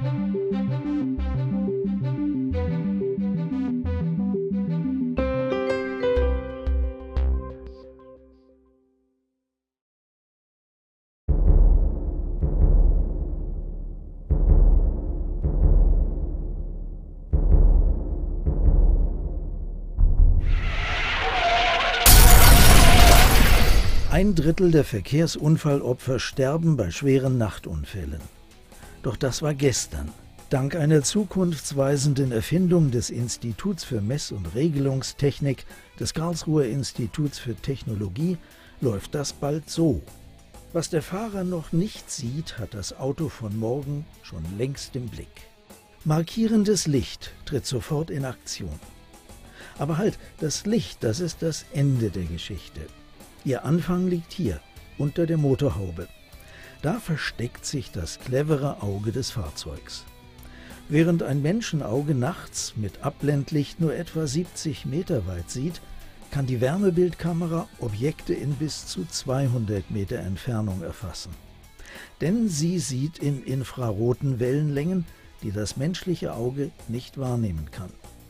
Ein Drittel der Verkehrsunfallopfer sterben bei schweren Nachtunfällen. Doch das war gestern. Dank einer zukunftsweisenden Erfindung des Instituts für Mess- und Regelungstechnik des Karlsruher Instituts für Technologie läuft das bald so. Was der Fahrer noch nicht sieht, hat das Auto von morgen schon längst im Blick. Markierendes Licht tritt sofort in Aktion. Aber halt, das Licht, das ist das Ende der Geschichte. Ihr Anfang liegt hier, unter der Motorhaube. Da versteckt sich das clevere Auge des Fahrzeugs. Während ein Menschenauge nachts mit Abblendlicht nur etwa 70 Meter weit sieht, kann die Wärmebildkamera Objekte in bis zu 200 Meter Entfernung erfassen. Denn sie sieht in infraroten Wellenlängen, die das menschliche Auge nicht wahrnehmen kann.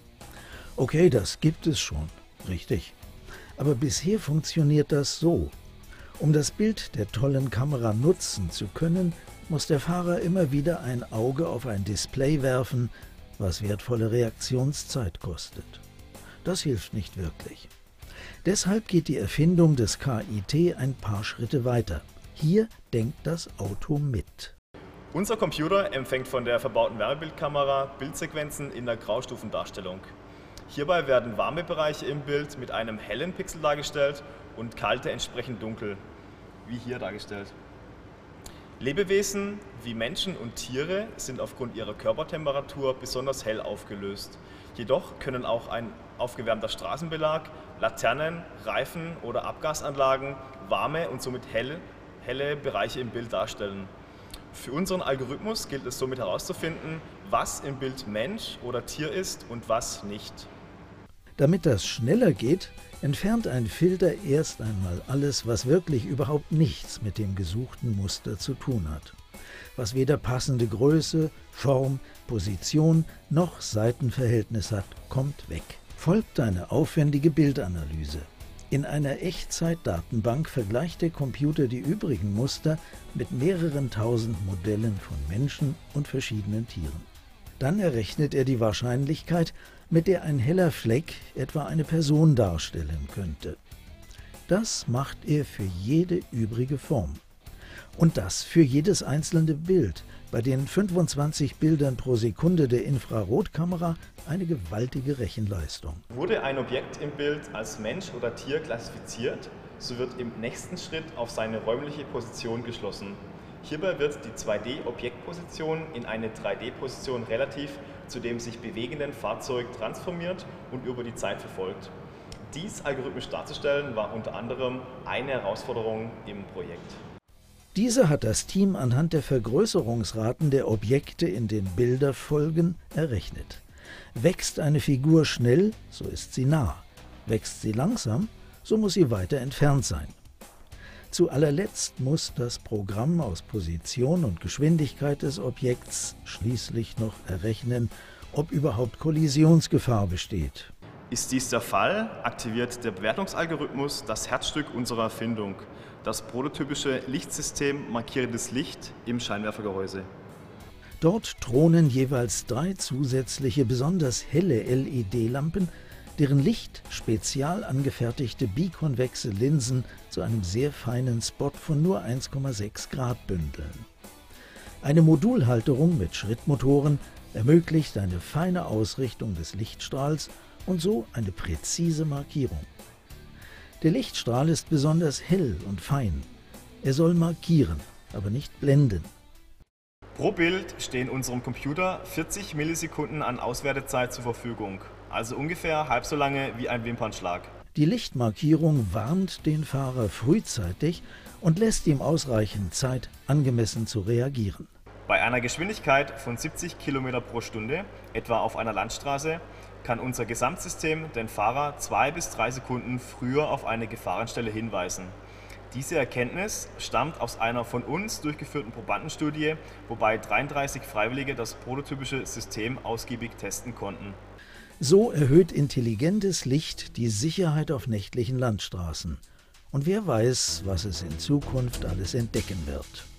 Okay, das gibt es schon, richtig. Aber bisher funktioniert das so. Um das Bild der tollen Kamera nutzen zu können, muss der Fahrer immer wieder ein Auge auf ein Display werfen, was wertvolle Reaktionszeit kostet. Das hilft nicht wirklich. Deshalb geht die Erfindung des KIT ein paar Schritte weiter. Hier denkt das Auto mit. Unser Computer empfängt von der verbauten Wärmebildkamera Bildsequenzen in der Graustufendarstellung. Hierbei werden warme Bereiche im Bild mit einem hellen Pixel dargestellt und kalte entsprechend dunkel, wie hier dargestellt. Lebewesen wie Menschen und Tiere sind aufgrund ihrer Körpertemperatur besonders hell aufgelöst. Jedoch können auch ein aufgewärmter Straßenbelag, Laternen, Reifen oder Abgasanlagen warme und somit helle Bereiche im Bild darstellen. Für unseren Algorithmus gilt es somit herauszufinden, was im Bild Mensch oder Tier ist und was nicht. Damit das schneller geht, entfernt ein Filter erst einmal alles, was wirklich überhaupt nichts mit dem gesuchten Muster zu tun hat. Was weder passende Größe, Form, Position noch Seitenverhältnis hat, kommt weg. Folgt eine aufwendige Bildanalyse. In einer Echtzeitdatenbank vergleicht der Computer die übrigen Muster mit mehreren tausend Modellen von Menschen und verschiedenen Tieren. Dann errechnet er die Wahrscheinlichkeit, mit der ein heller Fleck etwa eine Person darstellen könnte. Das macht er für jede übrige Form. Und das für jedes einzelne Bild, bei den 25 Bildern pro Sekunde der Infrarotkamera eine gewaltige Rechenleistung. Wurde ein Objekt im Bild als Mensch oder Tier klassifiziert, so wird im nächsten Schritt auf seine räumliche Position geschlossen. Hierbei wird die 2D-Objektposition in eine 3D-Position relativ zu dem sich bewegenden Fahrzeug transformiert und über die Zeit verfolgt. Dies algorithmisch darzustellen war unter anderem eine Herausforderung im Projekt. Diese hat das Team anhand der Vergrößerungsraten der Objekte in den Bilderfolgen errechnet. Wächst eine Figur schnell, so ist sie nah. Wächst sie langsam, so muss sie weiter entfernt sein. Zu allerletzt muss das Programm aus Position und Geschwindigkeit des Objekts schließlich noch errechnen, ob überhaupt Kollisionsgefahr besteht. Ist dies der Fall, aktiviert der Bewertungsalgorithmus das Herzstück unserer Erfindung, das prototypische Lichtsystem markierendes Licht im Scheinwerfergehäuse. Dort thronen jeweils 3 zusätzliche, besonders helle LED-Lampen, deren Licht spezial angefertigte bikonvexe Linsen zu einem sehr feinen Spot von nur 1,6 Grad bündeln. Eine Modulhalterung mit Schrittmotoren ermöglicht eine feine Ausrichtung des Lichtstrahls und so eine präzise Markierung. Der Lichtstrahl ist besonders hell und fein. Er soll markieren, aber nicht blenden. Pro Bild stehen unserem Computer 40 Millisekunden an Auswertezeit zur Verfügung, also ungefähr halb so lange wie ein Wimpernschlag. Die Lichtmarkierung warnt den Fahrer frühzeitig und lässt ihm ausreichend Zeit, angemessen zu reagieren. Bei einer Geschwindigkeit von 70 km pro Stunde, etwa auf einer Landstraße, kann unser Gesamtsystem den Fahrer 2 bis 3 Sekunden früher auf eine Gefahrenstelle hinweisen. Diese Erkenntnis stammt aus einer von uns durchgeführten Probandenstudie, wobei 33 Freiwillige das prototypische System ausgiebig testen konnten. So erhöht intelligentes Licht die Sicherheit auf nächtlichen Landstraßen. Und wer weiß, was es in Zukunft alles entdecken wird.